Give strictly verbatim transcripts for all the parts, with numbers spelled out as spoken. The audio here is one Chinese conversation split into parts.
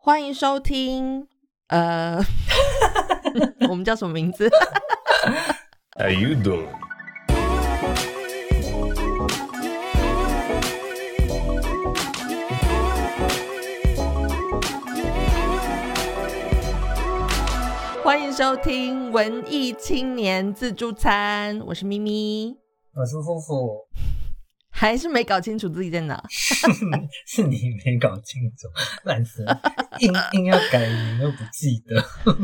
欢迎收听，呃，我们叫什么名字 ？How you doing？ 欢迎收听文艺青年自助餐，我是咪咪， 我是富富。 还是没搞清楚自己在哪？ 是你没搞清楚，烂死了，硬硬要改名又不记得。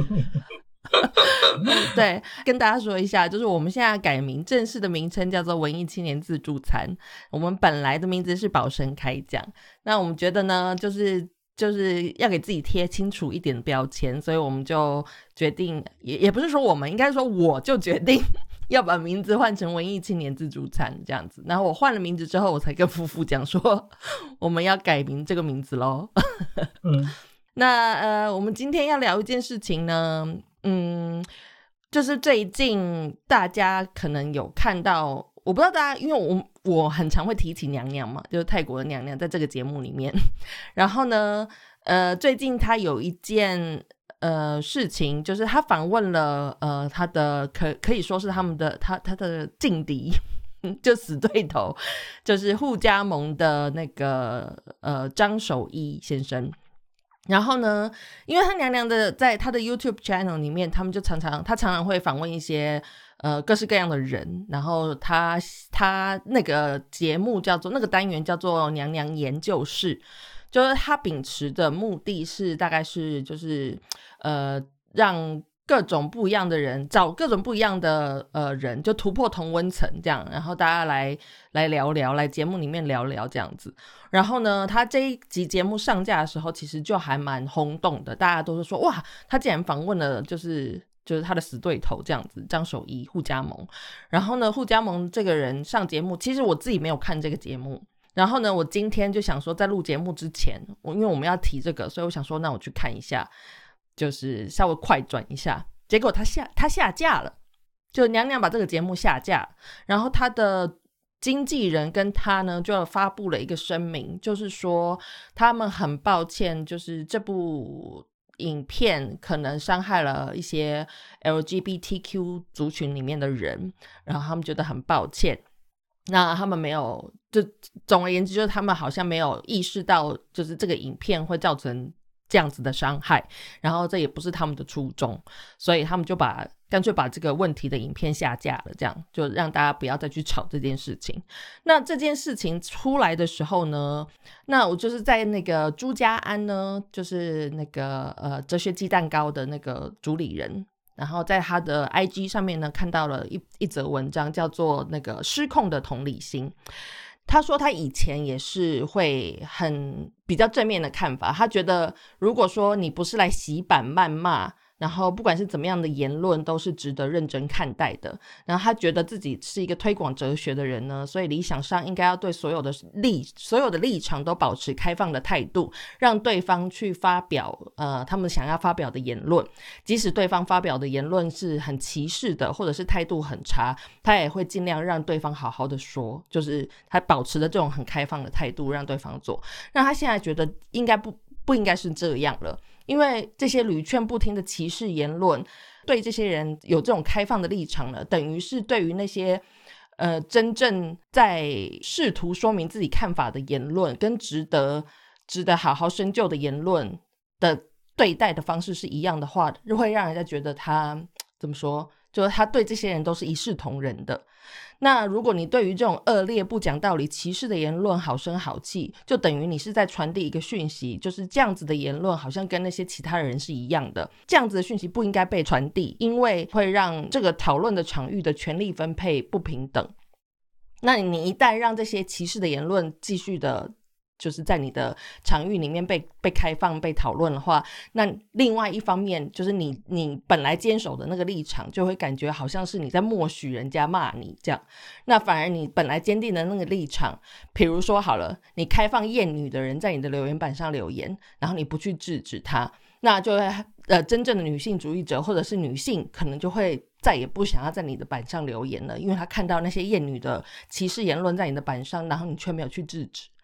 对，跟大家说一下，就是我们现在改名，正式的名称叫做文艺青年自助餐。我们本来的名字是宝生开讲，那我们觉得呢，就是就是要给自己贴清楚一点的标签，所以我们就决定，也也不是说我们，应该说我就决定要把名字换成文艺青年自助餐这样子。然后我换了名字之后，我才跟夫妇讲说我们要改名这个名字咯。 嗯， 那呃，我们今天要聊一件事情呢，嗯，就是最近大家可能有看到，我不知道大家，因为我我很常会提起娘娘嘛，就是泰国的娘娘在这个节目里面。然后呢，呃，最近她有一件呃事情，就是她访问了呃她的可可以说是他们的她她的劲敌。就死对头，就是互加盟的那个呃张守一先生。然后呢，因为他娘娘的在他的 YouTube channel 里面，他们就常常他常常会访问一些呃各式各样的人，然后他他那个节目叫做那个单元叫做娘娘研究室，就是他秉持的目的是大概是就是呃让各种不一样的人，找各种不一样的呃人，就突破同温层这样，然后大家来来聊聊，来节目里面聊聊这样子。然后呢，他这一集节目上架的时候，其实就还蛮轰动的，大家都是说哇，他竟然访问了就是就是他的死对头这样子，张守一互加盟。然后呢，互加盟这个人上节目，其实我自己没有看这个节目。然后呢，我今天就想说，在录节目之前，我因为我们要提这个，所以我想说，那我去看一下。就是稍微快转一下，结果他下他下架了，就娘娘把这个节目下架，然后他的经纪人跟他呢就发布了一个声明，就是说他们很抱歉，就是这部影片可能伤害了一些 L G B T Q 族群里面的人，然后他们觉得很抱歉。那他们没有，就总而言之，就是他们好像没有意识到，就是这个影片会造成这样子的伤害，然后这也不是他们的初衷，所以他们就把干脆把这个问题的影片下架了，这样就让大家不要再去吵这件事情。那这件事情出来的时候呢，那我就是在那个朱家安呢，就是那个呃哲学鸡蛋糕的那个主理人，然后在他的 I G 上面呢看到了一一则文章，叫做那个失控的同理心。他说他以前也是会很比较正面的看法，他觉得如果说你不是来洗版谩骂，然后不管是怎么样的言论都是值得认真看待的，然后他觉得自己是一个推广哲学的人呢，所以理想上应该要对所有的立所有的立场都保持开放的态度，让对方去发表呃他们想要发表的言论，即使对方发表的言论是很歧视的或者是态度很差，他也会尽量让对方好好的说，就是他保持着这种很开放的态度让对方做。那他现在觉得应该不不应该是这样了，因为这些屡劝不听的歧视言论，对这些人有这种开放的立场呢，等于是对于那些呃真正在试图说明自己看法的言论跟值得值得好好深究的言论的对待的方式是一样的话，会让人家觉得他怎么说，就是他对这些人都是一视同仁的。那如果你对于这种恶劣不讲道理歧视的言论好声好气，就等于你是在传递一个讯息，就是这样子的言论好像跟那些其他人是一样的，这样子的讯息不应该被传递，因为会让这个讨论的场域的权力分配不平等。那你一旦让这些歧视的言论继续的就是在你的场域里面被被开放被讨论的话，那另外一方面就是你你本来坚守的那个立场就会感觉好像是你在默许人家骂你这样，那反而你本来坚定的那个立场，比如说好了，你开放厌女的人在你的留言板上留言，然后你不去制止他，那就会呃真正的女性主义者或者是女性可能就会再也不想要在你的板上留言了，因为他看到那些厌女的歧视言论在你的板上，然后你却没有去制止。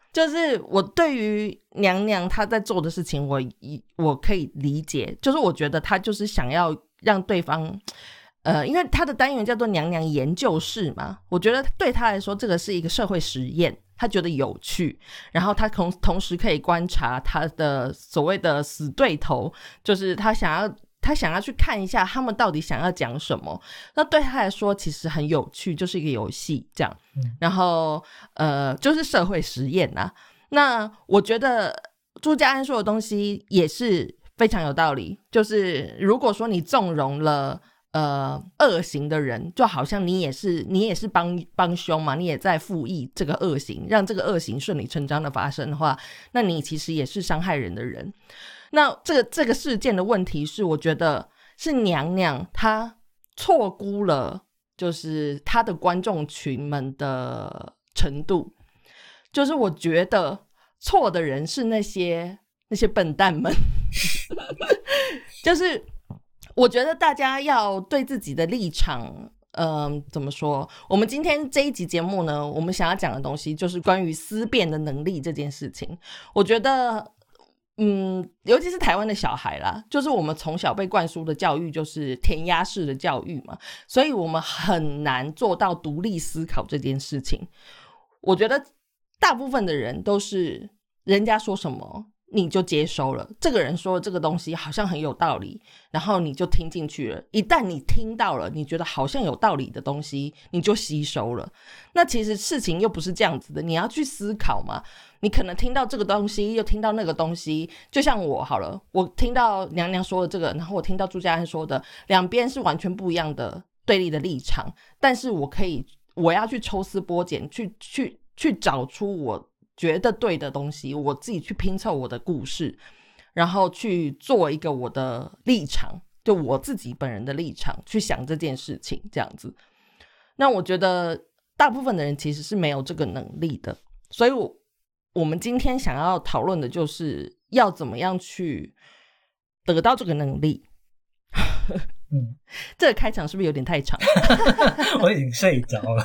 就是我对于娘娘她在做的事情我我可以理解，就是我觉得她就是想要让对方呃，因为她的单元叫做娘娘研究室嘛，我觉得对她来说这个是一个社会实验，她觉得有趣，然后她同同时可以观察她的所谓的死对头，就是她想要他想要去看一下他们到底想要讲什么，那对他来说其实很有趣，就是一个游戏这样、嗯、然后呃，就是社会实验啊。那我觉得朱家安说的东西也是非常有道理，就是如果说你纵容了呃恶行的人，就好像你也是你也是帮帮凶嘛，你也在附议这个恶行，让这个恶行顺理成章的发生的话，那你其实也是伤害人的人。那这个这个事件的问题是，我觉得是娘娘她错估了，就是她的观众群们的程度。就是我觉得错的人是那些那些笨蛋们，就是我觉得大家要对自己的立场。嗯，怎么说？我们今天这一集节目呢，我们想要讲的东西就是关于思辨的能力这件事情。我觉得。嗯，尤其是台湾的小孩啦，就是我们从小被灌输的教育就是填鸭式的教育嘛，所以我们很难做到独立思考这件事情。我觉得大部分的人都是人家说什么你就接收了，这个人说的这个东西好像很有道理，然后你就听进去了。一旦你听到了你觉得好像有道理的东西，你就吸收了。那其实事情又不是这样子的，你要去思考嘛。你可能听到这个东西又听到那个东西，就像我好了，我听到娘娘说的这个，然后我听到朱家安说的，两边是完全不一样的对立的立场，但是我可以我要去抽丝剥茧，去去去找出我觉得对的东西，我自己去拼凑我的故事，然后去做一个我的立场，就我自己本人的立场去想这件事情这样子。那我觉得大部分的人其实是没有这个能力的，所以我我们今天想要讨论的就是要怎么样去得到这个能力。嗯，这个开场是不是有点太长？ 我已经睡着了。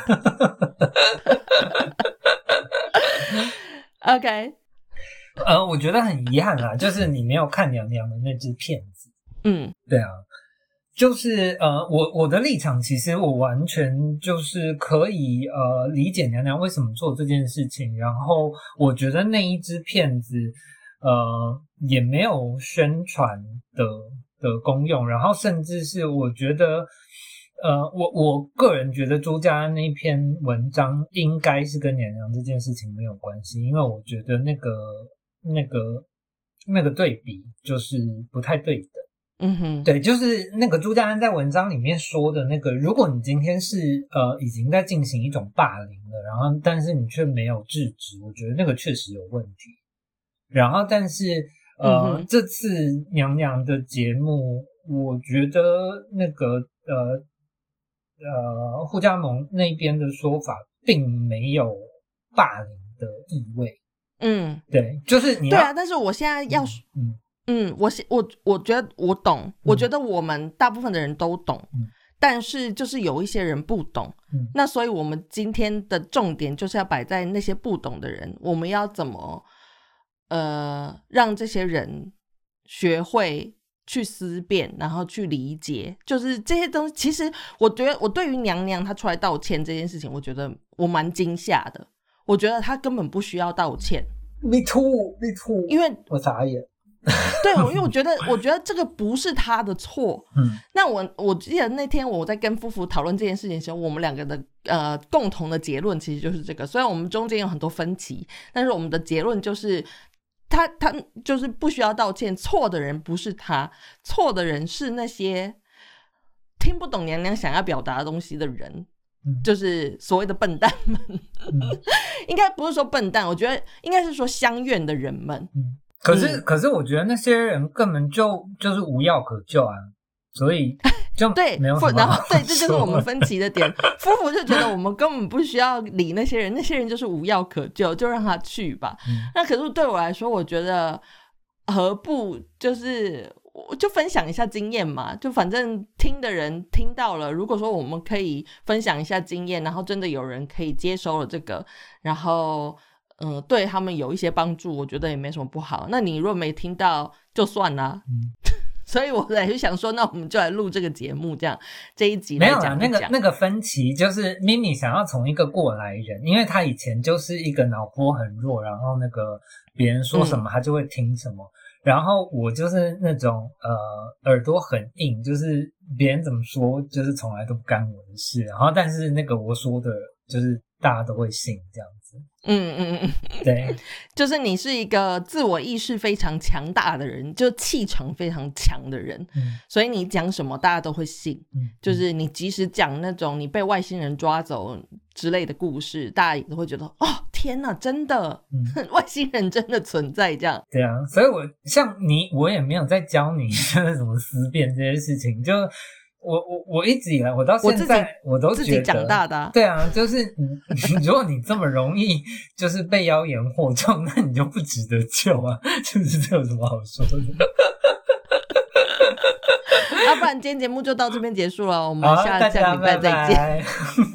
OK， 呃，我觉得很遗憾啦，就是你没有看娘娘的那支片子。 嗯， 对啊，就是呃，我我的立场其实我完全就是可以呃理解娘娘为什么做这件事情，然后我觉得那一支片子呃也没有宣传的的功用，然后甚至是我觉得呃我我个人觉得朱家安那篇文章应该是跟娘娘这件事情没有关系，因为我觉得那个那个那个对比就是不太对的。 嗯哼， 对，就是那个朱家安在文章里面说的那个，如果你今天是呃已经在进行一种霸凌了，然后但是你却没有制止，我觉得那个确实有问题。然后但是呃、嗯、这次娘娘的节目，我觉得那个呃呃护家盟那边的说法并没有霸凌的意味。嗯，对，就是你要对啊，但是我现在要嗯。嗯嗯，我我我觉得我懂、嗯，我觉得我们大部分的人都懂、嗯，但是就是有一些人不懂、嗯，那所以我们今天的重点就是要摆在那些不懂的人，我们要怎么呃让这些人学会去思辨，然后去理解，就是这些东西。其实我觉得我对于娘娘她出来道歉这件事情，我觉得我蛮惊吓的，我觉得她根本不需要道歉。 Me too, me too， 因为我傻眼。 对，因为我觉得我觉得这个不是他的错。嗯，那我我记得那天我在跟夫妇讨论这件事情的时候，我们两个的呃共同的结论其实就是这个。虽然我们中间有很多分歧，但是我们的结论就是他他就是不需要道歉，错的人不是他，错的人是那些听不懂娘娘想要表达的东西的人。嗯、就是所谓的笨蛋们。嗯、应该不是说笨蛋，我觉得应该是说相怨的人们。 嗯，可是、嗯、可是我觉得那些人根本就就是无药可救啊，所以就没有什么对，然后对，这就是我们分歧的点。夫妇就觉得我们根本不需要理那些人，那些人就是无药可救，就让他去吧。嗯、那可是对我来说，我觉得何不就是就分享一下经验嘛，就反正听的人听到了，如果说我们可以分享一下经验，然后真的有人可以接收了这个，然后嗯、呃，对他们有一些帮助，我觉得也没什么不好。那你若没听到就算啦。嗯所以我才就想说，那我们就来录这个节目，这样这一集来讲一讲。 没有啦，那个那个分歧就是咪咪想要从一个过来人，因为他以前就是一个脑波很弱，然后那个别人说什么他就会听什么，嗯、然后我就是那种呃耳朵很硬，就是别人怎么说就是从来都不干我的事，然后但是那个我说的就是大家都会信这样子。 嗯嗯嗯， 对， 就是你是一个自我意识非常强大的人，就气场非常强的人，嗯、所以你讲什么大家都会信。嗯、就是你即使讲那种你被外星人抓走之类的故事，大家也都会觉得哦天哪，真的，嗯、外星人真的存在这样。 对啊，所以我像你，我也没有在教你就是怎么思辨这些事情，就。我我我一直以来，我到现在我都觉得自己长大的、啊， 对啊，就是如果你这么容易就是被妖言惑众，那你就不值得救啊！就是这有什么好说的？ 要、啊、不然今天节目就到这边结束了，我们下下礼拜再见。 拜拜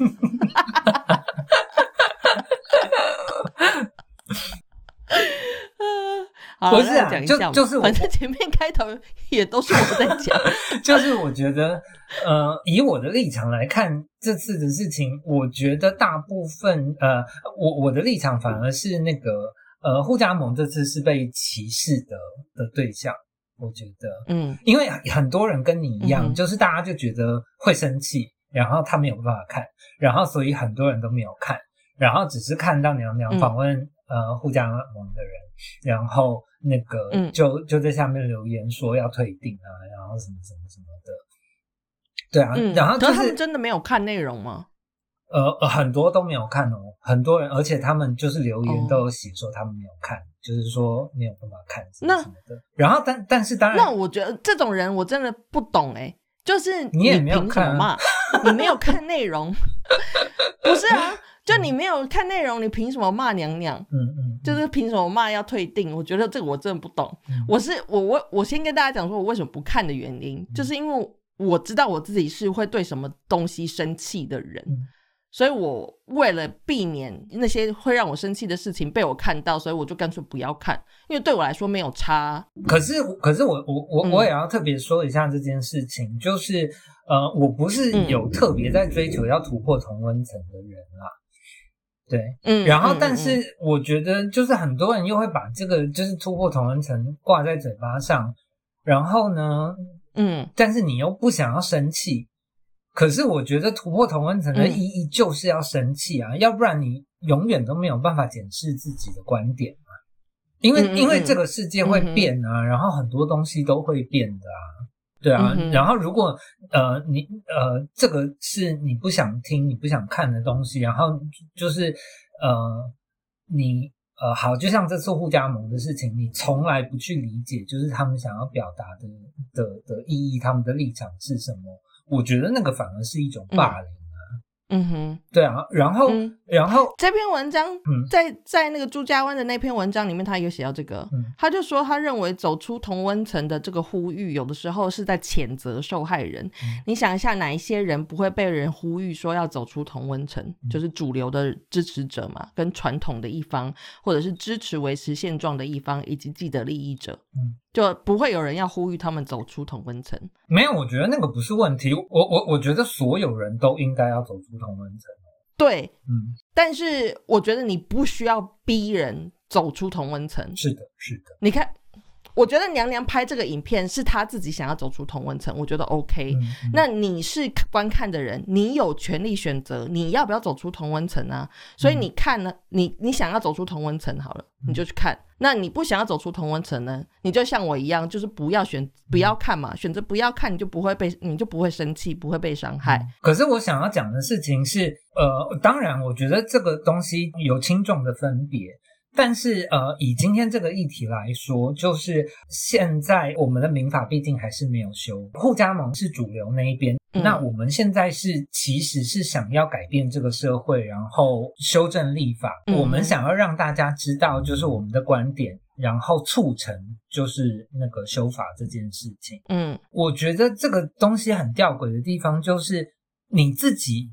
好， 不是啊， 讲一下就就是反正前面开头也都是我在讲， 就是我觉得，呃，以我的立场来看这次的事情，我觉得大部分，呃，我我的立场反而是那个，呃，互加盟这次是被歧视的的对象，我觉得，嗯，因为很多人跟你一样，嗯、就是大家就觉得会生气，然后他没有办法看，然后所以很多人都没有看，然后只是看到娘娘访问、嗯、呃互加盟的人。然后那个就、嗯、就在下面留言说要退订啊，然后什么什么什么的，对啊，嗯、然后、就是、 可是他们真的没有看内容吗？ 呃，很多都没有看哦，很多人，而且他们就是留言都有写说他们没有看，哦、就是说没有办法看什么什么的。然后但但是当然， 那我觉得这种人我真的不懂哎、欸，就是你也没有看嘛，你没有看内容，不是啊。就你没有看内容，你凭什么骂娘娘？嗯嗯，就是凭什么骂要退订？我觉得这个我真的不懂。嗯、我是我我我先跟大家讲说，我为什么不看的原因，嗯、就是因为我知道我自己是会对什么东西生气的人，嗯、所以我为了避免那些会让我生气的事情被我看到，所以我就干脆不要看，因为对我来说没有差。 可是可是我我我我也要特别说一下这件事情，嗯、就是呃，我不是有特别在追求要突破同温层的人啦。对，嗯，然后但是我觉得就是很多人又会把这个就是突破同温层挂在嘴巴上，然后呢，嗯，但是你又不想要生气，可是我觉得突破同温层的意义就是要生气啊，嗯、要不然你永远都没有办法检视自己的观点嘛，因为、嗯、因为这个世界会变啊，嗯、然后很多东西都会变的啊。对啊，嗯、然后如果呃你呃这个是你不想听、你不想看的东西，然后就是呃你呃好，就像这次互加盟的事情，你从来不去理解，就是他们想要表达的的的意义，他们的立场是什么？我觉得那个反而是一种霸凌。嗯嗯哼，对啊，然后、嗯、然后这篇文章、嗯、在在那个朱家湾的那篇文章里面他有写到这个、嗯、他就说他认为走出同温层的这个呼吁有的时候是在谴责受害人、嗯、你想一下哪一些人不会被人呼吁说要走出同温层、嗯、就是主流的支持者嘛，跟传统的一方，或者是支持维持现状的一方，以及既得利益者、嗯、就不会有人要呼吁他们走出同温层。 没有，我觉得那个不是问题，我我我觉得所有人都应该要走出同温层。 对，嗯，但是我觉得你不需要逼人走出同温层。 是的，是的。 你看，我觉得娘娘拍这个影片是她自己想要走出同温层，我觉得 OK、嗯嗯、那你是观看的人，你有权利选择你要不要走出同温层啊，所以你看呢，你你想要走出同温层好了，你就去看、嗯、那你不想要走出同温层呢，你就像我一样，就是不要选不要看嘛，选择不要看，你就不会被你就不会生气，不会被伤害、嗯、 可是我想要讲的事情是呃，当然我觉得这个东西有轻重的分别，但是呃，以今天这个议题来说，就是现在我们的民法毕竟还是没有修，互加盟是主流那一边、嗯、那我们现在是其实是想要改变这个社会，然后修正立法、嗯、我们想要让大家知道就是我们的观点，然后促成就是那个修法这件事情。嗯，我觉得这个东西很吊诡的地方就是你自己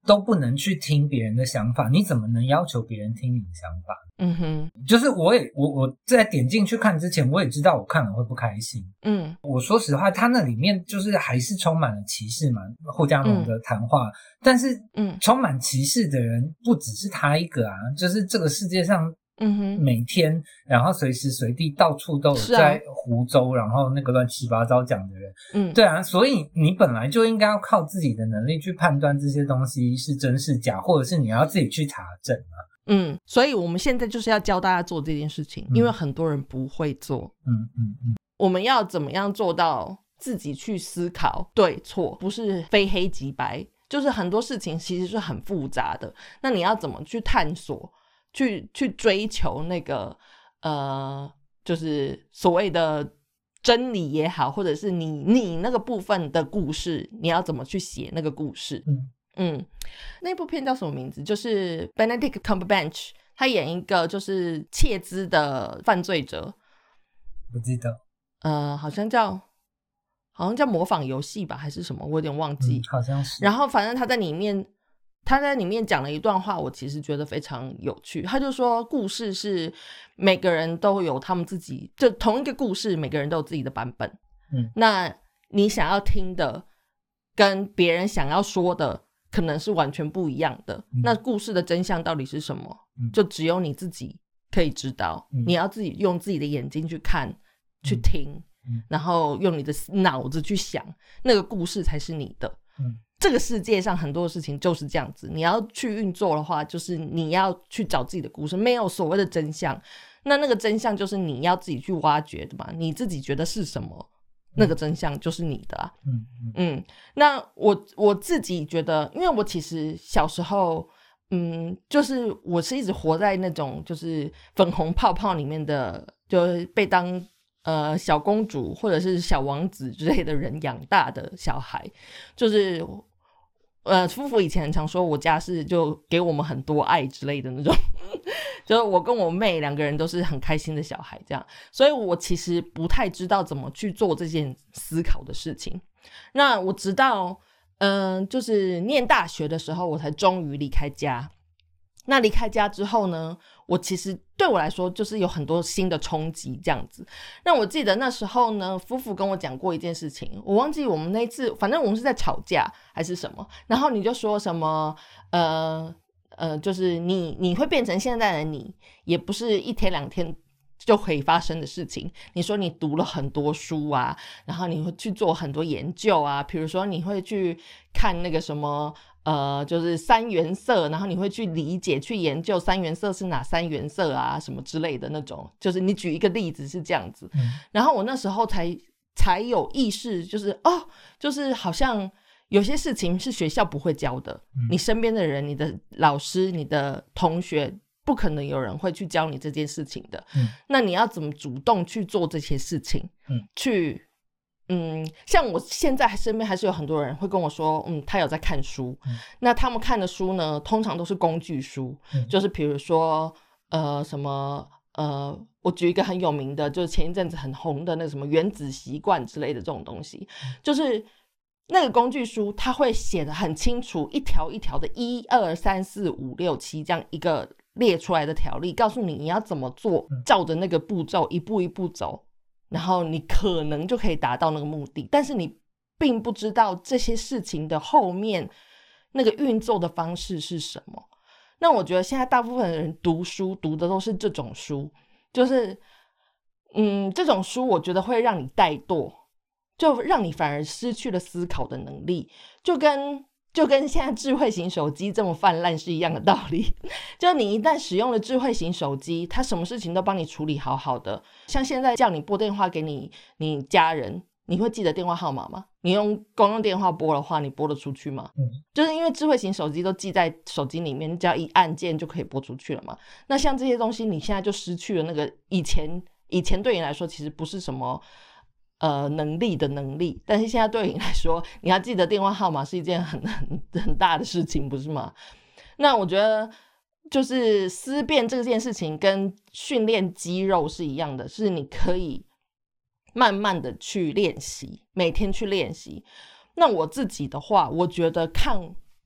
都不能去听别人的想法，你怎么能要求别人听你的想法？ 嗯哼， 就是我也我我在点进去看之前，我也知道我看了会不开心。 嗯， 我说实话，他那里面就是还是充满了歧视嘛，霍家龙的谈话，嗯、但是嗯，充满歧视的人不只是他一个啊，就是这个世界上。嗯哼，每天然后随时随地到处都有在胡诌、啊、然后那个乱七八糟讲的人，嗯，对啊，所以你本来就应该要靠自己的能力去判断这些东西是真是假，或者是你要自己去查证啊。 嗯，所以我们现在就是要教大家做这件事情，嗯、因为很多人不会做。嗯嗯嗯，我们要怎么样做到自己去思考对错，不是非黑即白，就是很多事情其实是很复杂的。那你要怎么去探索？去去追求那个呃，就是所谓的真理也好，或者是你你那个部分的故事，你要怎么去写那个故事？嗯嗯，那部片叫什么名字？就是 Benedict Cumberbatch 他演一个就是窃资的犯罪者， 不记得， 呃，好像叫好像叫模仿游戏吧，还是什么？我有点忘记， 嗯、好像是。 然后反正他在里面。他在里面讲了一段话，我其实觉得非常有趣。他就说，故事是每个人都有他们自己，就同一个故事，每个人都有自己的版本。嗯，那你想要听的，跟别人想要说的，可能是完全不一样的。嗯、那故事的真相到底是什么？嗯、就只有你自己可以知道。嗯、你要自己用自己的眼睛去看、去听，嗯、然后用你的脑子去想，那个故事才是你的。嗯，这个世界上很多事情就是这样子，你要去运作的话，就是你要去找自己的故事，没有所谓的真相。那那个真相就是你要自己去挖掘的嘛，你自己觉得是什么，那个真相就是你的啊。嗯 嗯, 嗯，那我我自己觉得，因为我其实小时候，嗯，就是我是一直活在那种就是粉红泡泡里面的，就被当。呃，小公主或者是小王子之类的人养大的小孩，就是呃，夫妇以前很常说我家是就给我们很多爱之类的那种，就是我跟我妹两个人都是很开心的小孩这样，所以我其实不太知道怎么去做这件思考的事情。那我直到嗯、呃，就是念大学的时候，我才终于离开家。那离开家之后呢，我其实对我来说就是有很多新的冲击这样子。那我记得那时候呢，夫妇跟我讲过一件事情，我忘记我们那一次，反正我们是在吵架还是什么，然后你就说什么呃呃，就是你你会变成现在的你，也不是一天两天就可以发生的事情。你说你读了很多书啊，然后你会去做很多研究啊，比如说你会去看那个什么呃，就是三原色，然后你会去理解去研究三原色是哪三原色啊什么之类的那种，就是你举一个例子是这样子。嗯、然后我那时候才才有意识，就是哦，就是好像有些事情是学校不会教的，嗯、你身边的人，你的老师，你的同学，不可能有人会去教你这件事情的。嗯、那你要怎么主动去做这些事情？嗯、去嗯，像我现在身边还是有很多人会跟我说，嗯，他有在看书。嗯、那他们看的书呢，通常都是工具书，嗯、就是比如说呃什么呃，我举一个很有名的，就是前一阵子很红的那个什么原子习惯之类的这种东西，嗯、就是那个工具书，它会写得很清楚，一条一条的，一二三四五六七这样一个列出来的条例，告诉你你要怎么做，照着那个步骤一步一步走。然后你可能就可以达到那个目的，但是你并不知道这些事情的后面那个运作的方式是什么。那我觉得现在大部分的人读书读的都是这种书，就是嗯，这种书我觉得会让你怠惰，就让你反而失去了思考的能力，就跟就跟现在智慧型手机这么泛滥是一样的道理。就你一旦使用了智慧型手机，它什么事情都帮你处理好好的。像现在叫你拨电话给你你家人，你会记得电话号码吗？你用公用电话拨的话，你拨得出去吗？嗯，就是因为智慧型手机都记在手机里面，你只要一按键就可以拨出去了嘛。那像这些东西，你现在就失去了那个以前以前对你来说其实不是什么呃，能力的能力，但是现在对你来说，你要记得电话号码是一件很很很大的事情，不是吗？那我觉得就是思辨这件事情跟训练肌肉是一样的，是你可以慢慢的去练习，每天去练习。那我自己的话，我觉得看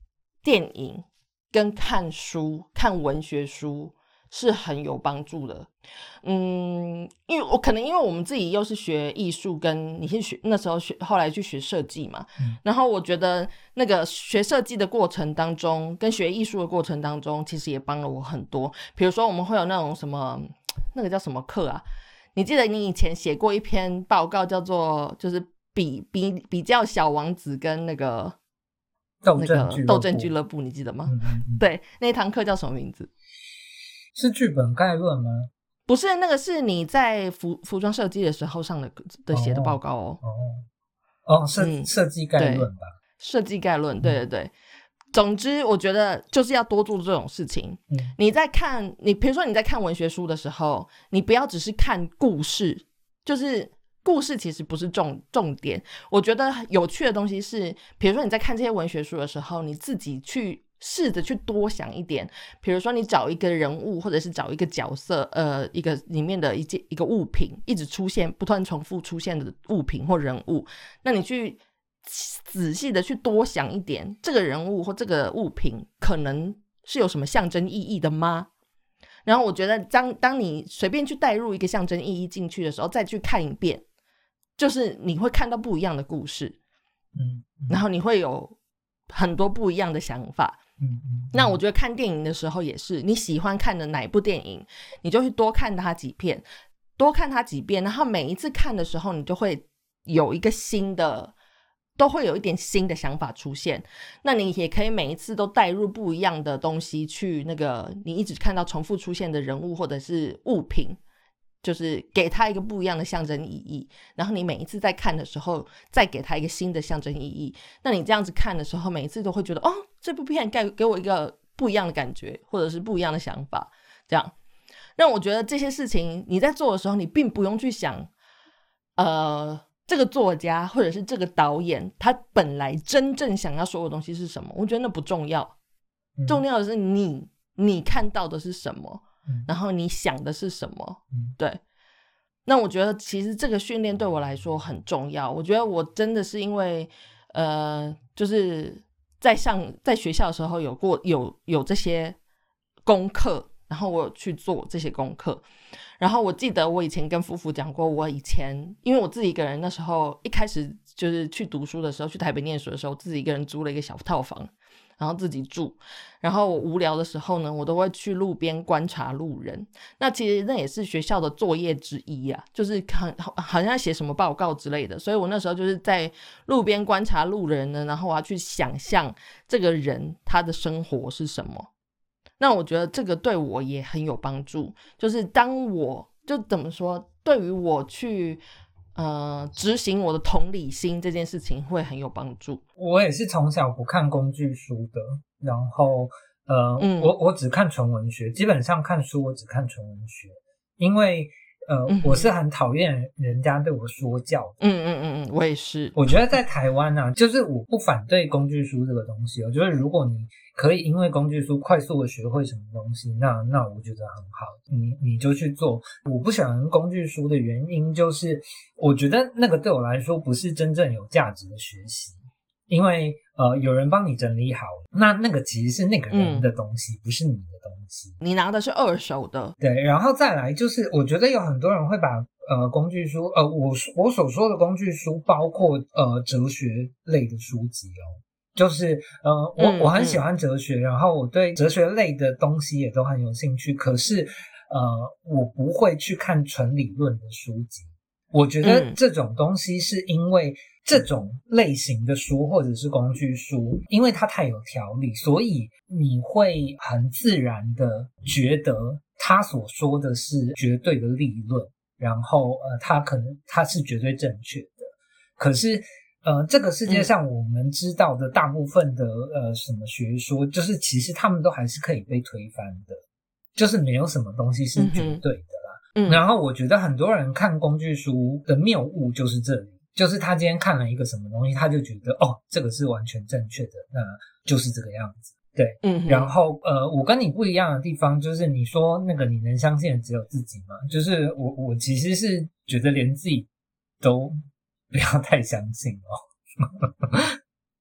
电影跟看书看文学书是很有帮助的。嗯，因为我可能因为我们自己又是学艺术，跟你是学那时候学后来去学设计嘛、嗯、然后我觉得那个学设计的过程当中跟学艺术的过程当中其实也帮了我很多。比如说我们会有那种什么那个叫什么课啊，你记得你以前写过一篇报告叫做就是比比比较小王子跟那个斗阵俱乐部、 那个、斗阵俱乐部你记得吗、嗯嗯嗯、对，那一堂课叫什么名字？ 是剧本概论吗？ 不是，那个是你在服服装设计的时候上的的写的报告哦。 哦哦，设、嗯、设计概论吧， 设计概论，对对对。嗯、总之，我觉得就是要多做这种事情。嗯、你在看，你比如说你在看文学书的时候，你不要只是看故事，就是故事其实不是重重点。我觉得有趣的东西是，比如说你在看这些文学书的时候，你自己去。试着去多想一点，比如说你找一个人物或者是找一个角色，呃，一个里面的一件一个物品一直出现不断重复出现的物品或人物，那你去仔细的去多想一点，这个人物或这个物品可能是有什么象征意义的吗？然后我觉得当当你随便去带入一个象征意义进去的时候，再去看一遍，就是你会看到不一样的故事，嗯，然后你会有很多不一样的想法。嗯嗯，那我觉得看电影的时候也是，你喜欢看的哪一部电影，你就去多看它几遍，多看它几遍，然后每一次看的时候，你就会有一个新的，都会有一点新的想法出现。那你也可以每一次都带入不一样的东西去那个你一直看到重复出现的人物或者是物品，就是给它一个不一样的象征意义，然后你每一次在看的时候再给它一个新的象征意义，那你这样子看的时候每一次都会觉得哦，这部片给给我一个不一样的感觉或者是不一样的想法，这样让我觉得这些事情你在做的时候你并不用去想呃，这个作家或者是这个导演他本来真正想要说的东西是什么，我觉得那不重要、嗯、重要的是你你看到的是什么，然后你想的是什么、嗯、对。那我觉得其实这个训练对我来说很重要，我觉得我真的是因为呃，就是在上在学校的时候有过有有这些功课，然后我有去做这些功课。然后我记得我以前跟夫妇讲过，我以前因为我自己一个人，那时候一开始就是去读书的时候，去台北念书的时候，自己一个人租了一个小套房，然后自己住，然后我无聊的时候呢，我都会去路边观察路人。那其实那也是学校的作业之一啊，就是看好像写什么报告之类的，所以我那时候就是在路边观察路人呢，然后我要去想象这个人他的生活是什么。那我觉得这个对我也很有帮助，就是当我就怎么说，对于我去呃，执行我的同理心这件事情会很有帮助。 我也是从小不看工具书的，然后呃，嗯、我我只看纯文学，基本上看书我只看纯文学，因为呃，嗯、我是很讨厌人家对我说教的。 嗯嗯嗯嗯，我也是。 我觉得在台湾啊，就是我不反对工具书这个东西，我觉得如果你可以因为工具书快速的学会什么东西，那那我觉得很好，你你就去做。我不喜欢工具书的原因就是我觉得那个对我来说不是真正有价值的学习，因为呃有人帮你整理好，那那个其实是那个人的东西、嗯、不是你的东西， 你拿的是二手的。 对，然后再来就是我觉得有很多人会把呃工具书呃我我所说的工具书包括呃哲学类的书籍哦，就是呃我、嗯、我很喜欢哲学、嗯、然后我对哲学类的东西也都很有兴趣，可是呃我不会去看纯理论的书籍。我觉得这种东西是因为这种类型的书或者是工具书，因为它太有条理，所以你会很自然的觉得他所说的是绝对的理论，然后呃他可能他是绝对正确的。可是呃这个世界上我们知道的大部分的呃什么学说，就是其实他们都还是可以被推翻的，就是没有什么东西是绝对的啦。嗯、然后我觉得很多人看工具书的谬误就是这里，就是他今天看了一个什么东西，他就觉得哦这个是完全正确的，那就是这个样子。对，嗯，然后呃我跟你不一样的地方就是你说那个你能相信的只有自己嘛，就是我我其实是觉得连自己都不要太相信哦。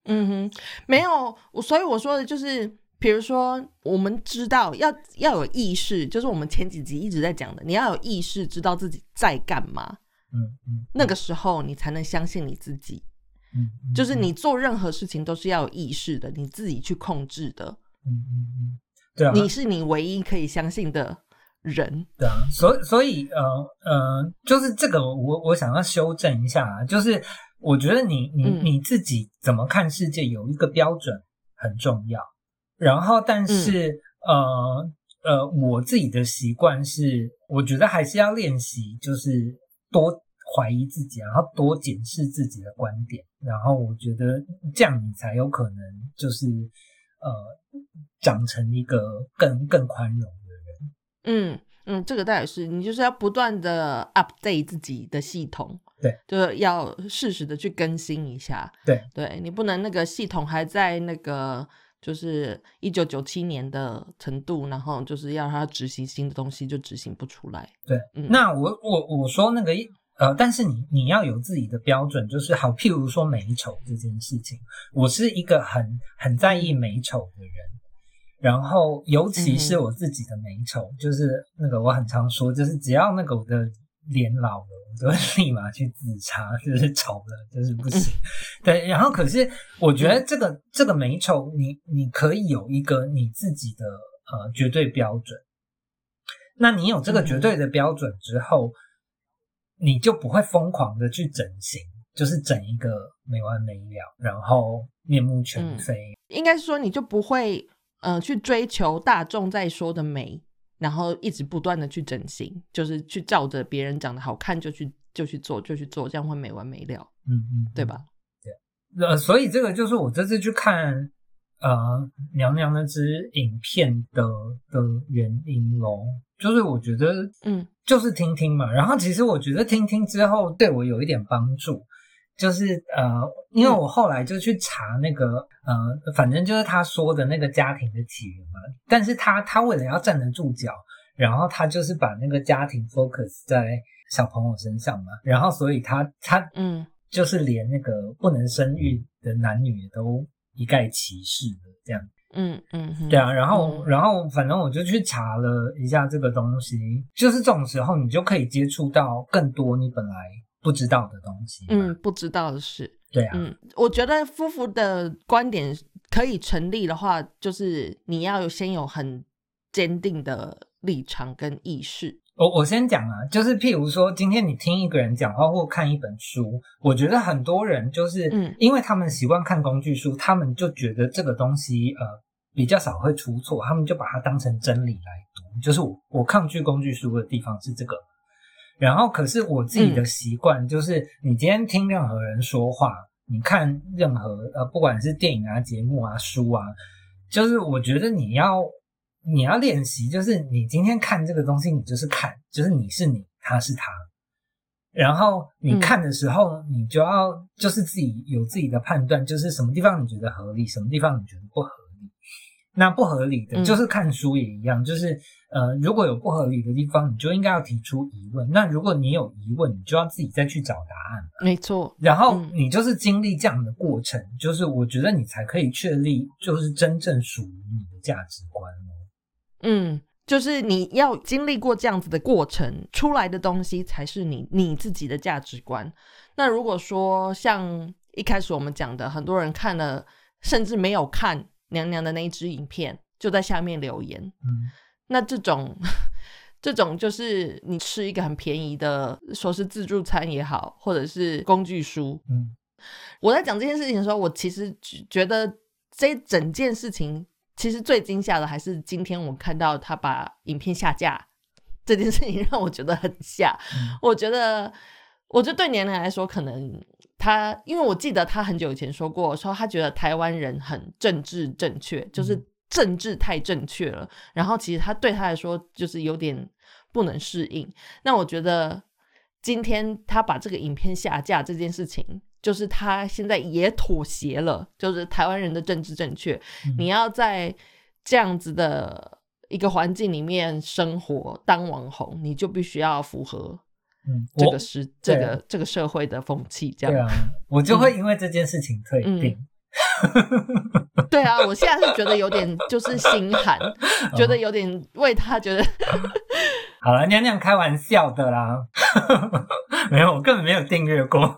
嗯哼，没有，所以我说的就是，比如说我们知道要要有意识，就是我们前几集一直在讲的，你要有意识知道自己在干嘛， 嗯嗯， 那个时候你才能相信你自己。 嗯，嗯就是你做任何事情都是要有意识的，你自己去控制的。 嗯嗯嗯，对啊， 你是你唯一可以相信的人。 对啊，所以所以呃呃，就是这个我我想要修正一下啊，就是我觉得你你嗯你自己怎么看世界有一个标准很重要，然后但是、嗯、呃呃，我自己的习惯是，我觉得还是要练习，就是多怀疑自己，然后多检视自己的观点，然后我觉得这样你才有可能就是呃长成一个更更宽容的人。 嗯嗯，这个倒也是，你就是要不断的 update 自己的系统， 对， 就是要适时的去更新一下。 对， 对你不能那个系统还在那个就是一九九七年的程度，然后就是要它执行新的东西就执行不出来。 对，嗯、那我我我说那个呃，但是你你要有自己的标准，就是好，譬如说美丑这件事情，我是一个很很在意美丑的人。然后尤其是我自己的美丑、嗯、就是那个我很常说，就是只要那个我的脸老了，我都会立马去自杀，就是丑了就是不行、嗯、对，然后可是我觉得这个、嗯、这个美丑你你可以有一个你自己的呃绝对标准，那你有这个绝对的标准之后、嗯、你就不会疯狂的去整形，就是整一个没完没了，然后面目全非、嗯、 应该说你就不会呃，去追求大众在说的美，然后一直不断的去整形，就是去照着别人长得好看就去就去做就去做，这样会没完没了。 嗯嗯， 对吧？ 对，呃，所以这个就是我这次去看呃娘娘那支影片的的原因咯，就是我觉得嗯，就是听听嘛，然后其实我觉得听听之后对我有一点帮助。就是呃，因为我后来就去查那个、嗯、呃，反正就是他说的那个家庭的起源嘛，但是他他为了要站得住脚，然后他就是把那个家庭 focus 在小朋友身上嘛，然后所以他他嗯，就是连那个不能生育的男女也都一概歧视的这样。嗯嗯，对啊，然后、嗯、然后反正我就去查了一下这个东西，就是这种时候你就可以接触到更多你本来不知道的东西。 嗯，不知道的事。 对啊， 嗯，我觉得夫妇的观点可以成立的话，就是你要有先有很坚定的立场跟意识。 我我先讲啊，就是譬如说今天你听一个人讲话或看一本书，我觉得很多人就是因为他们习惯看工具书、嗯、他们就觉得这个东西呃比较少会出错，他们就把它当成真理来读，就是我我抗拒工具书的地方是这个。然后可是我自己的习惯就是、嗯、你今天听任何人说话，你看任何呃不管是电影啊节目啊书啊，就是我觉得你要你要练习，就是你今天看这个东西你就是看，就是你是你他是他，然后你看的时候、嗯、你就要就是自己有自己的判断，就是什么地方你觉得合理，什么地方你觉得不合理。那不合理的、嗯、就是看书也一样，就是呃，如果有不合理的地方，你就应该要提出疑问。那如果你有疑问，你就要自己再去找答案嘛。 没错。 然后你就是经历这样的过程、嗯、就是我觉得你才可以确立就是真正属于你的价值观。 嗯，就是你要经历过这样子的过程，出来的东西才是你你自己的价值观。那如果说像一开始我们讲的，很多人看了甚至没有看娘娘的那一支影片，就在下面留言。嗯，那这种这种就是你吃一个很便宜的，说是自助餐也好，或者是工具书。嗯，我在讲这件事情的时候，我其实觉得这整件事情其实最惊吓的还是今天我看到他把影片下架这件事情，让我觉得很吓。嗯，我觉得我觉得对娘娘来说，可能他因为我记得他很久以前说过，说他觉得台湾人很政治正确，就是政治太正确了，然后其实他对他来说就是有点不能适应。那我觉得今天他把这个影片下架这件事情，就是他现在也妥协了，就是台湾人的政治正确、嗯、你要在这样子的一个环境里面生活当网红，你就必须要符合嗯，这个是这个这个社会的风气，这样。 对啊，我就会因为这件事情退订。嗯对啊，我现在是觉得有点就是心寒，觉得有点为他觉得好了，娘娘开玩笑的啦，没有，我根本没有订阅过。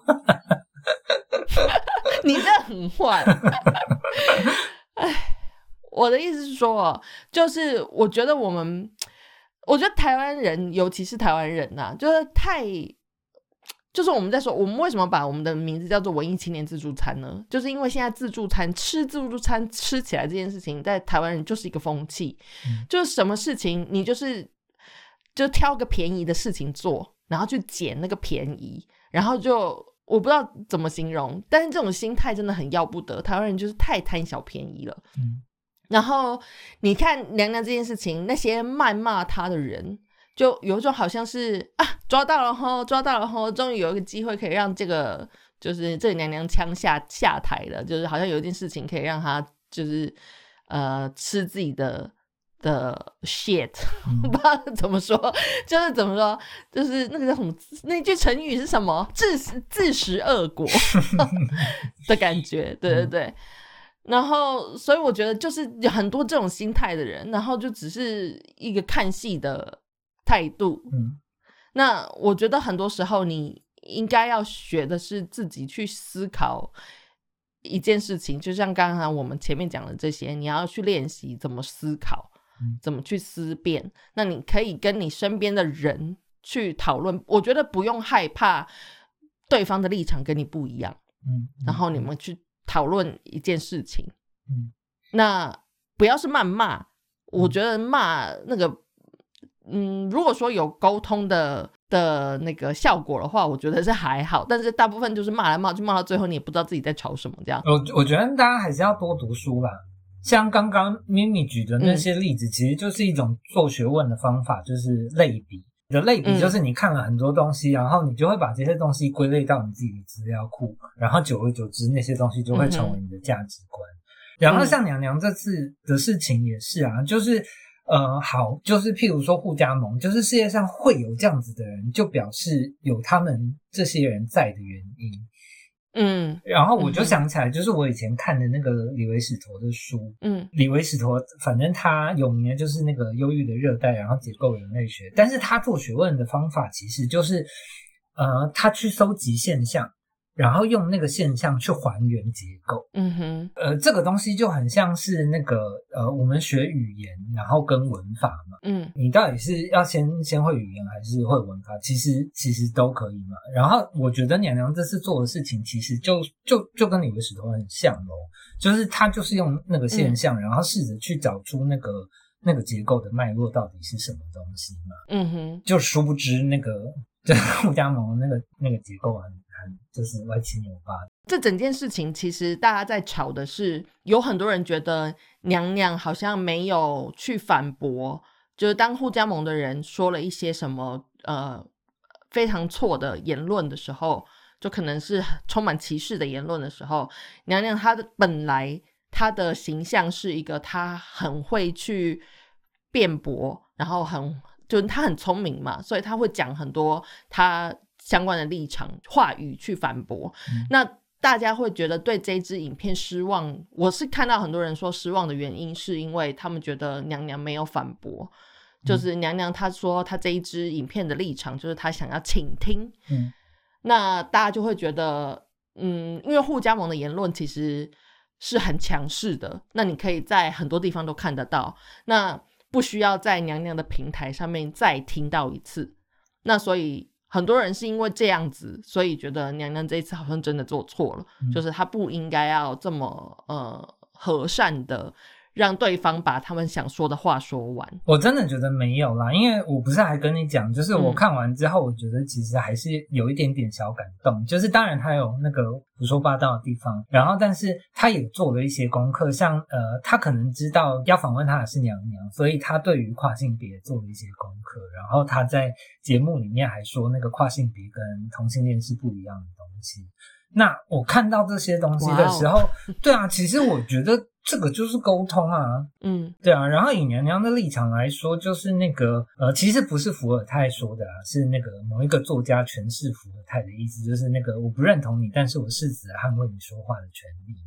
你这很坏。哎，我的意思是说，就是我觉得我们，我觉得台湾人，尤其是台湾人呐、啊，就是太，就是我们在说，我们为什么把我们的名字叫做文艺青年自助餐呢？就是因为现在自助餐吃自助餐吃起来这件事情，在台湾人就是一个风气，嗯、就是什么事情你就是就挑个便宜的事情做，然后去捡那个便宜，然后就。我不知道怎么形容，但是这种心态真的很要不得，台湾人就是太贪小便宜了。嗯，然后你看娘娘这件事情，那些谩骂她的人，就有一种好像是啊抓到了吼，抓到了吼，终于有一个机会可以让这个就是这个娘娘腔下下台了，就是好像有一件事情可以让她就是呃吃自己的。的 shit， 我不知道怎么说，就是怎么说，就是那个叫什么，那句成语是什么？自自食恶果的感觉，对对对。然后，所以我觉得就是有很多这种心态的人，然后就只是一个看戏的态度。嗯，那我觉得很多时候你应该要学的是自己去思考。一件事情，就像刚刚我们前面讲的这些，你要去练习怎么思考。怎么去思辨，那你可以跟你身边的人去讨论，我觉得不用害怕对方的立场跟你不一样，嗯，然后你们去讨论一件事情，嗯，那不要是谩骂，我觉得骂那个嗯，如果说有沟通的的那个效果的话，我觉得是还好，但是大部分就是骂来骂去，骂到最后你也不知道自己在吵什么这样。 我我觉得大家还是要多读书啦，像刚刚咪咪举的那些例子、嗯、其实就是一种做学问的方法，就是类比。你的类比就是你看了很多东西、嗯、然后你就会把这些东西归类到你自己的资料库，然后久而久之那些东西就会成为你的价值观、嗯、然后像娘娘这次的事情也是啊，就是呃，好，就是譬如说互加盟，就是世界上会有这样子的人，就表示有他们这些人在的原因。嗯，然后我就想起来，就是我以前看的那个李维史陀的书，嗯，李维史陀反正他有名的就是那个忧郁的热带，然后解构人类学，但是他做学问的方法其实就是，呃，他去搜集现象，然后用那个现象去还原结构。嗯哼，呃，这个东西就很像是那个呃，我们学语言，然后跟文法嘛。嗯，你到底是要先先会语言还是会文法？其实其实都可以嘛。然后我觉得娘娘这次做的事情，其实就就就跟李维史陀很像咯，就是他就是用那个现象，嗯、然后试着去找出那个那个结构的脉络到底是什么东西嘛。嗯哼，就殊不知那个就互加盟那个那个结构很。就是歪七扭八。 这整件事情其实大家在吵的是，有很多人觉得娘娘好像没有去反驳，就是当互加盟的人说了一些什么呃非常错的言论的时候，就可能是充满歧视的言论的时候，娘娘她的本来她的形象是一个她很会去辩驳，然后很就是她很聪明嘛，所以她会讲很多她相关的立场话语去反驳、嗯、那大家会觉得对这支影片失望，我是看到很多人说失望的原因是因为他们觉得娘娘没有反驳、嗯、就是娘娘她说她这一支影片的立场就是她想要倾听、嗯、那大家就会觉得嗯，因为互加盟的言论其实是很强势的，那你可以在很多地方都看得到，那不需要在娘娘的平台上面再听到一次，那所以很多人是因为这样子，所以觉得娘娘这一次好像真的做错了、嗯、就是她不应该要这么呃和善的让对方把他们想说的话说完。 我真的觉得没有啦，因为我不是还跟你讲，就是我看完之后我觉得其实还是有一点点小感动、嗯、就是当然他有那个胡说八道的地方，然后但是他也做了一些功课，像呃他可能知道要访问他的是娘娘，所以他对于跨性别做了一些功课，然后他在节目里面还说那个跨性别跟同性恋是不一样的东西。那我看到这些东西的时候、wow. 对啊，其实我觉得这个就是沟通啊，嗯，对啊。然后以娘娘的立场来说，就是那个呃，其实不是伏尔泰说的啦，是那个某一个作家诠释伏尔泰的意思，就是那个我不认同你，但是我誓死来捍卫你说话的权利嘛。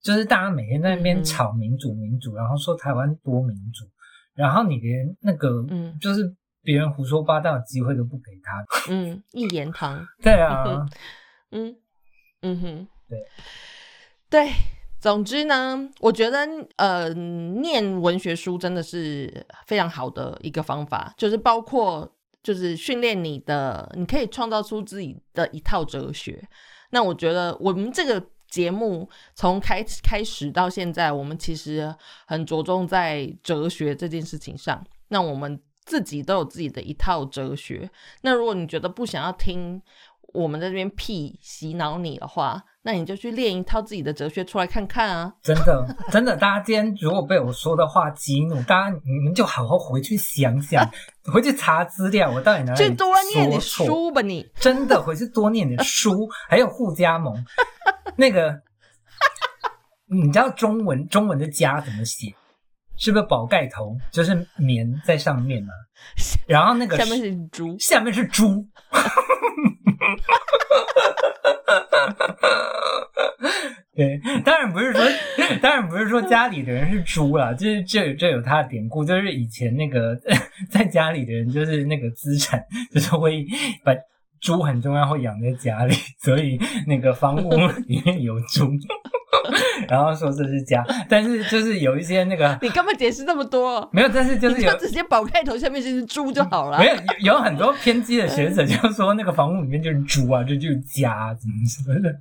就是大家每天在那边吵民主民主，然后说台湾多民主，然后你连那个嗯，就是别人胡说八道的机会都不给他， 嗯，一言堂。 对啊， 嗯嗯哼， 对对。总之呢，我觉得呃，念文学书真的是非常好的一个方法，就是包括就是训练你的，你可以创造出自己的一套哲学。那我觉得我们这个节目从开开始到现在，我们其实很着重在哲学这件事情上。那我们自己都有自己的一套哲学。那如果你觉得不想要听我们在这边屁洗脑你的话，那你就去练一套自己的哲学出来看看啊！ 真的，真的，大家今天如果被我说的话激怒，大家你们就好好回去想想，回去查资料，我到底哪里说错？ 去多念点书吧你！ 真的，回去多念点书，还有互加盟。那个，你知道中文中文的家怎么写？是不是宝盖头？就是棉在上面嘛，然后那个下面是猪， 下面是猪。对，当然不是说，当然不是说家里的人是猪啦，就是这这有他的典故，就是以前那个在家里的人就是那个资产，就是会把猪很重要，会养在家里，所以那个房屋里面有猪，然后说这是家，但是就是有一些那个， 你干嘛解释那么多？ 没有，但是就是有你就直接宝盖头下面就是猪就好了。 没有，有有很多偏激的学者就说那个房屋里面就是猪啊，这就是家，怎么什么的。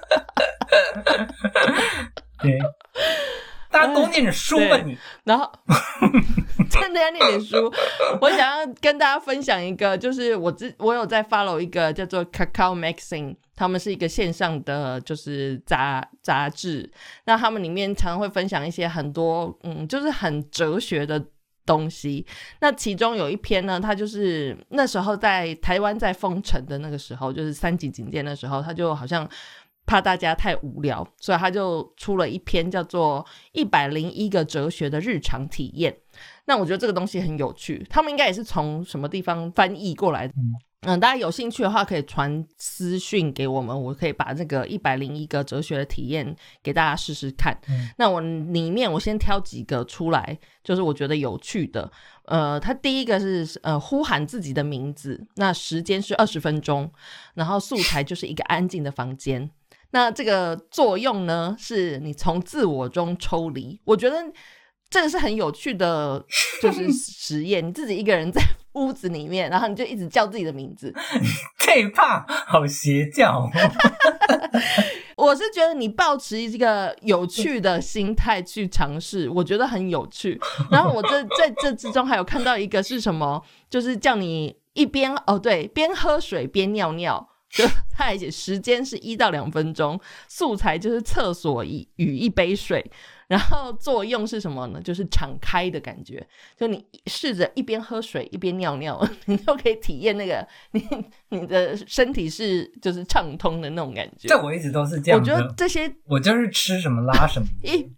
对，大家多念点书吧你。 然后真的要念点书。我想要跟大家分享一个，就是我之我有在 follow 一个叫做 Kakao Magazine， 他们是一个线上的就是杂杂志。那他们里面常常会分享一些很多嗯，就是很哲学的东西。那其中有一篇呢，他就是那时候在台湾在封城的那个时候，就是三级警戒的时候，他就好像怕大家太无聊，所以他就出了一篇叫做一百零一个哲学的日常体验。那我觉得这个东西很有趣，他们应该也是从什么地方翻译过来的。嗯嗯，大家有兴趣的话可以传私讯给我们，我可以把这个一百零一个哲学的体验给大家试试看。嗯、那我里面我先挑几个出来，就是我觉得有趣的。呃，它第一个是呃呼喊自己的名字，那时间是二十分钟，然后素材就是一个安静的房间。那这个作用呢，是你从自我中抽离。我觉得这个是很有趣的，就是实验。你自己一个人在屋子里面，然后你就一直叫自己的名字， 这怕好邪教哦。 我是觉得你抱持一个有趣的心态去尝试，我觉得很有趣。然后我这在这之中还有看到一个是什么，就是叫你一边哦对，边喝水边尿尿。就他还写时间是一到两分钟，素材就是厕所与一杯水，然后作用是什么呢？就是敞开的感觉，就你试着一边喝水一边尿尿，你就可以体验那个你你的身体是就是畅通的那种感觉。 这我一直都是这样的， 我觉得这些我就是吃什么拉什么。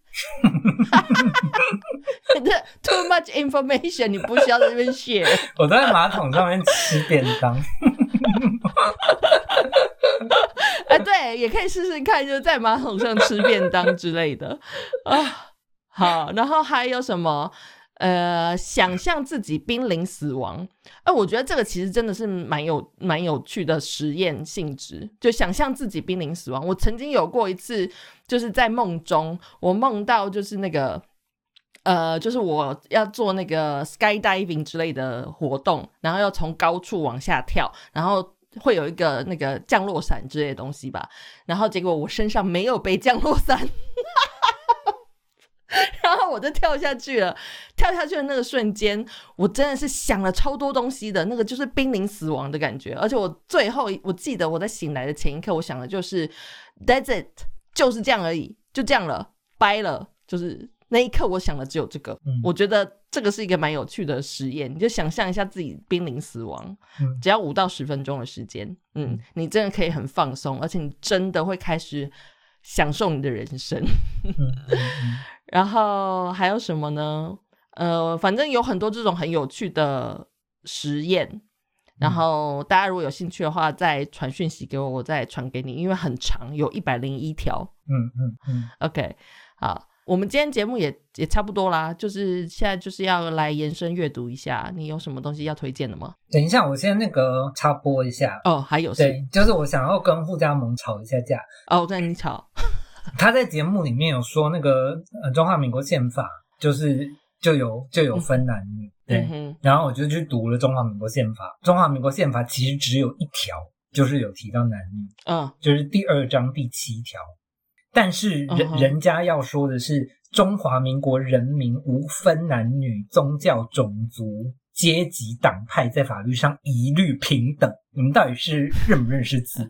Too much information， 你不需要在这边share。 我都在马桶上面吃便当。 哎，对，也可以试试看，就是在马桶上吃便当之类的啊。好，然后还有什么？呃，想象自己濒临死亡。哎、呃，我觉得这个其实真的是蛮有蛮有趣的实验性质，就想象自己濒临死亡。我曾经有过一次，就是在梦中，我梦到就是那个。呃，就是我要做那个 skydiving 之类的活动，然后要从高处往下跳，然后会有一个那个降落伞之类的东西吧，然后结果我身上没有背降落伞，然后我就跳下去了。跳下去的那个瞬间，我真的是想了超多东西的，那个就是濒临死亡的感觉。而且我最后我记得我在醒来的前一刻，我想的就是 That's it， 就是这样而已，就这样了，掰了，就是那一刻我想的只有这个。嗯、我觉得这个是一个蛮有趣的实验，你就想象一下自己濒临死亡，嗯、只要五到十分钟的时间，嗯，你真的可以很放松，而且你真的会开始享受你的人生。然后还有什么呢？呃，反正有很多这种很有趣的实验。 然后大家如果有兴趣的话再传讯息给我，我再传给你，因为很长，有一百零一条。 嗯嗯嗯 OK， 好，我们今天节目也也差不多啦，就是现在就是要来延伸阅读一下，你有什么东西要推荐的吗？ 等一下，我先那个插播一下哦，还有对，就是我想要跟互加盟吵一下架。 哦，我跟你吵。 他在节目里面有说那个呃中华民国宪法就是就有就有分男女，对、 嗯、 然后我就去读了中华民国宪法。中华民国宪法其实只有一条，就是有提到男女， 嗯， 就是第二章第七条。但是人、 嗯、 人家要说的是中华民国人民无分男女、宗教、种族、阶级、党派，在法律上一律平等。你们到底是认不认识字？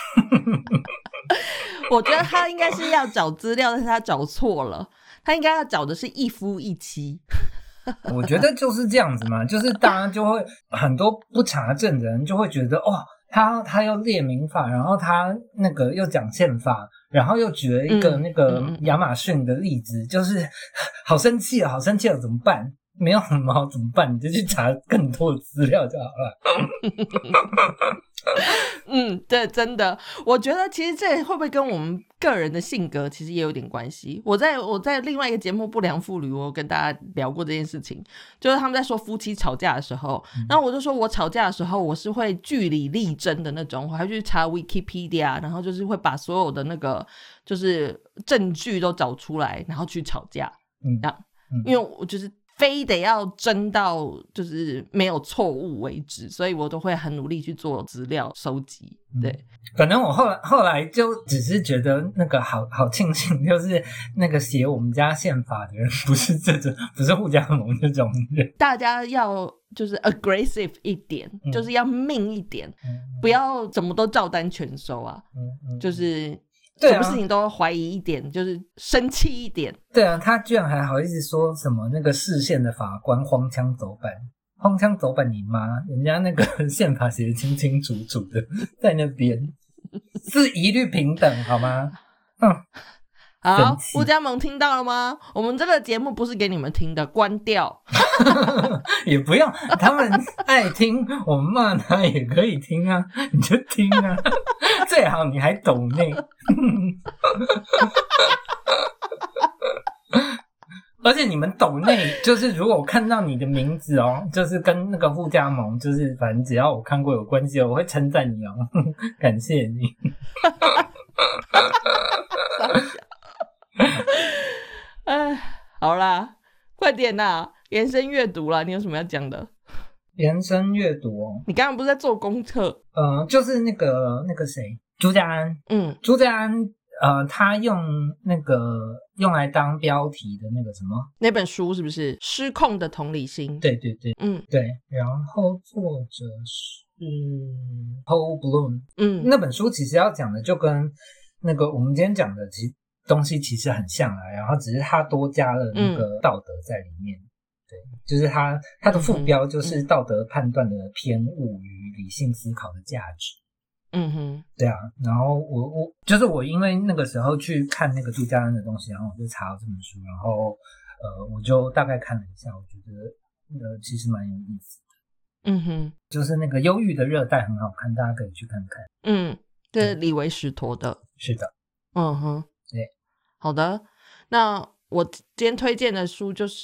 我觉得他应该是要找资料，但是他找错了，他应该要找的是一夫一妻。 我觉得就是这样子嘛，就是大家就会很多不查证的人就会觉得哦，他他又列民法，然后他那个又讲宪法，然后又举了一个那个亚马逊的例子，嗯、就是好生气了，好生气了，怎么办？没有什么好怎么办？你就去查更多的资料就好了。 嗯，对，真的，我觉得其实这会不会跟我们个人的性格其实也有点关系。我在我在另外一个节目《不良妇女》，我有跟大家聊过这件事情，就是他们在说夫妻吵架的时候，嗯、然后我就说我吵架的时候我是会据理力争的那种，我还去查 Wikipedia， 然后就是会把所有的那个就是证据都找出来，然后去吵架。嗯，嗯因为我就是非得要争到就是没有错误为止，所以我都会很努力去做资料收集。对、嗯， 可能我后来后来就只是觉得那个好好庆幸，就是那个写我们家宪法的人不是这种，不是互加盟这种人。 大家要就是 aggressive 一点，嗯、就是要命一点，嗯、不要怎么都照单全收啊。嗯嗯、就是。 对啊， 什么事情都怀疑一点，就是生气一点。 对啊，他居然还好意思说什么那个释宪的法官荒腔走板，荒腔走板你妈！人家那个宪法写得清清楚楚的，在那边是一律平等，好吗？嗯， 好，互加盟听到了吗？我们这个节目不是给你们听的，关掉。 也不用，他们爱听，我们骂他也可以听啊，你就听啊。最好你还懂内。而且你们懂内，就是如果我看到你的名字哦，就是跟那个互加盟，就是反正只要我看过有关系，我会称赞你哦，感谢你。 哎，好啦，快点啦，延伸阅读啦，你有什么要讲的？ 延伸阅读哦， 你刚刚不是在做功课？ 呃，就是那个那个谁，朱家安， 嗯， 朱家安，呃，他用那个用来当标题的那个什么那本书是不是《失控的同理心》？ 对对对，嗯，对，然后作者是 Paul Bloom， 嗯，那本书其实要讲的就跟那个我们今天讲的其实东西其实很像啊，然后只是他多加了那个道德在里面。嗯对，就是他他的副标就是道德判断的偏误与理性思考的价值。 嗯哼， 对啊，然后我我就是我因为那个时候去看那个朱家安的东西，然后我就查到这本书，然后呃我就大概看了一下，我觉得呃其实蛮有意思的。 嗯哼， 就是那个忧郁的热带很好看，大家可以去看看。 嗯，这是李维史陀的。 是的。 嗯哼， 对， 好的，那。我今天推荐的书就是，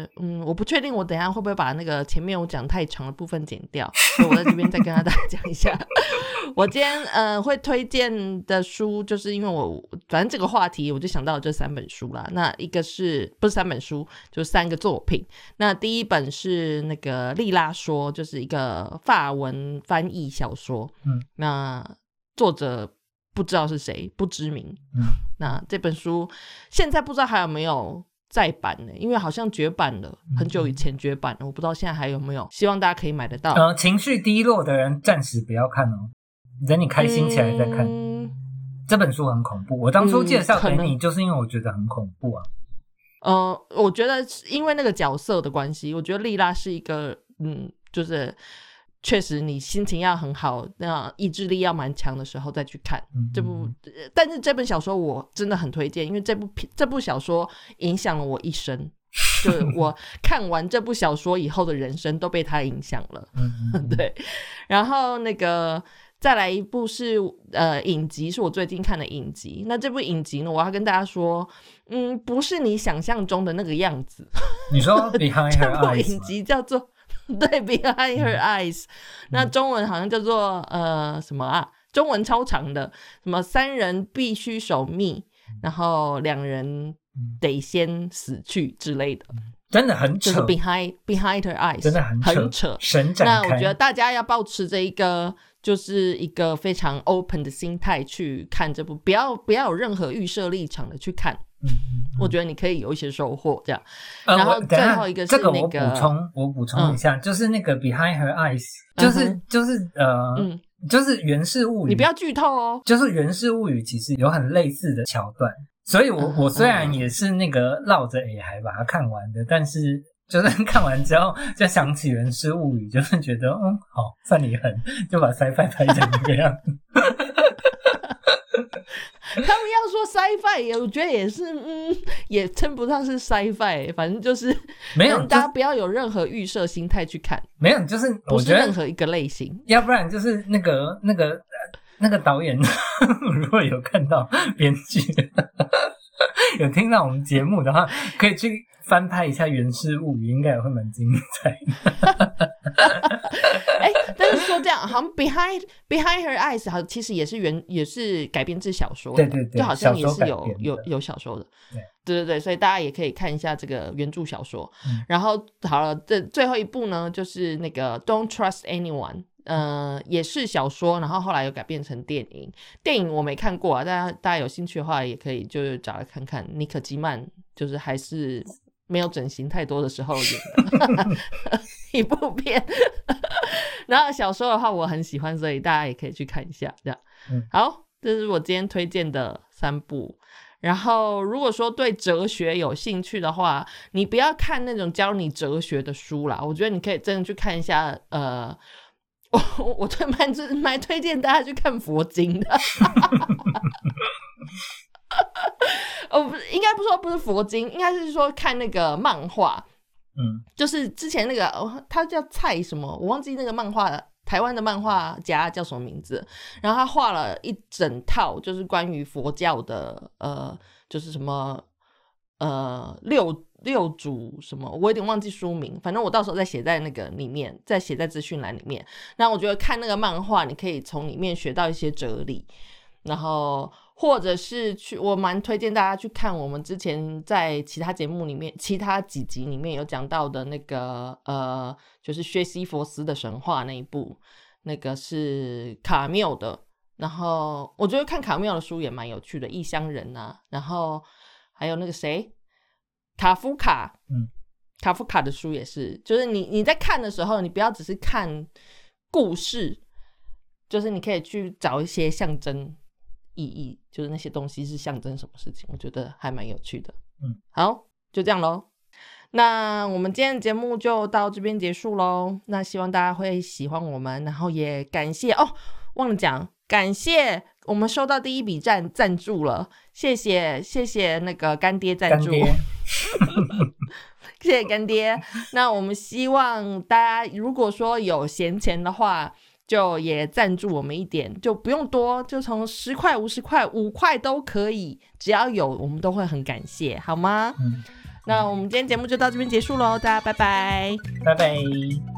嗯，我不确定我等一下会不会把那个前面我讲太长的部分剪掉，所以我在这边再跟大家讲一下。我今天呃会推荐的书，就是因为我反正这个话题我就想到这三本书啦。那一个是不是三本书，就是三个作品。那第一本是那个莉拉说，就是一个法文翻译小说，嗯，那作者不知道是谁，不知名。嗯，那这本书现在不知道还有没有再版呢？因为好像绝版了，很久以前绝版了，我不知道现在还有没有。希望大家可以买得到。 呃，情绪低落的人暂时不要看哦，等你开心起来再看。嗯、这本书很恐怖，我当初介绍给你，就是因为我觉得很恐怖啊。 呃，我觉得因为那个角色的关系，我觉得莉拉是一个，嗯，就是。确实你心情要很好，那意志力要蛮强的时候再去看、嗯、这部，但是这本小说我真的很推荐，因为这部这部小说影响了我一生。 就是我看完这部小说以后的人生都被他影响了。对，然后那个再来一部是呃影集，是我最近看的影集。那这部影集呢，我要跟大家说，嗯，不是你想象中的那个样子。 你说 Behind Her Eyes 这部影集叫做对 Behind Her Eyes，、嗯、那中文好像叫做呃什么啊？中文超长的，什么三人必须守密，然后两人得先死去之类的。 真的很扯， 就是 behind behind her eyes， 真的很扯， 很扯。 神展开。 那我觉得大家要保持着一个，就是一个非常 open 的心态去看这部，不要不要有任何预设立场的去看。嗯嗯嗯，我觉得你可以有一些收获，这样。 呃、 然后最后一个是那个， 这个我补充，我补充一下，嗯、就是那个 behind her eyes， 就是、嗯、就是呃，嗯，就是《源氏物语》， 你不要剧透哦。 就是《源氏物语》其实有很类似的桥段。所以我，我、嗯、我虽然也是那个绕着尾还把它看完的，但是就是看完之后就想起《源氏物语》，就是觉得嗯，好，算你狠，就把 sci-fi 拍成这个样子。 他们要说 sci-fi， 我觉得也是，嗯，也称不上是 sci-fi， 反正就是没有， 大家不要有任何预设心态去看， 没有，就是不是任何一个类型， 要不然就是那个那个。那个导演如果有看到编剧有听到我们节目的话，可以去翻拍一下《源氏物语》，应该也会蛮精彩的。 哎、欸，但是说这样，好像 behind behind her eyes 好，其实也是原也是改编自小说的， 对对对， 就好像也是有有有小说的，对对对对，所以大家也可以看一下这个原著小说。嗯、然后好了，这最后一部呢，就是那个 Don't Trust Anyone。呃，也是小说，然后后来有改编成电影。电影我没看过啊，大家大家有兴趣的话，也可以就是找来看看。妮可基曼就是还是没有整形太多的时候演的一部片。然后小说的话，我很喜欢，所以大家也可以去看一下。这样，嗯、好，这是我今天推荐的三部。然后如果说对哲学有兴趣的话，你不要看那种教你哲学的书啦，我觉得你可以真的去看一下，呃。我我推蛮蛮推荐大家去看佛经的，哦，不是，应该不说不是佛经，应该是说看那个漫画，嗯，就是之前那个、哦、他叫蔡什么，我忘记那个漫画台湾的漫画家叫什么名字，然后他画了一整套，就是关于佛教的，呃，就是什么呃六。六祖什么我有点忘记书名，反正我到时候再写在那个里面，再写在资讯栏里面。那我觉得看那个漫画你可以从里面学到一些哲理，然后或者是去我蛮推荐大家去看我们之前在其他节目里面其他几集里面有讲到的那个呃就是薛西弗斯的神话那一部，那个是卡缪的，然后我觉得看卡缪的书也蛮有趣的，异乡人啊，然后还有那个谁卡夫卡，嗯，卡夫卡的书也是，就是你你在看的时候，你不要只是看故事，就是你可以去找一些象征意义，就是那些东西是象征什么事情，我觉得还蛮有趣的。嗯，好，就这样咯。那我们今天的节目就到这边结束咯。那希望大家会喜欢我们，然后也感谢哦，忘了讲，感谢我们收到第一笔赞赞助了，谢谢谢谢那个干爹赞助，谢谢干爹。那我们希望大家如果说有闲钱的话，就也赞助我们一点，就不用多，就从十块、五十块、五块都可以，只要有我们都会很感谢，好吗？嗯，那我们今天节目就到这边结束咯，大家拜拜， 拜拜。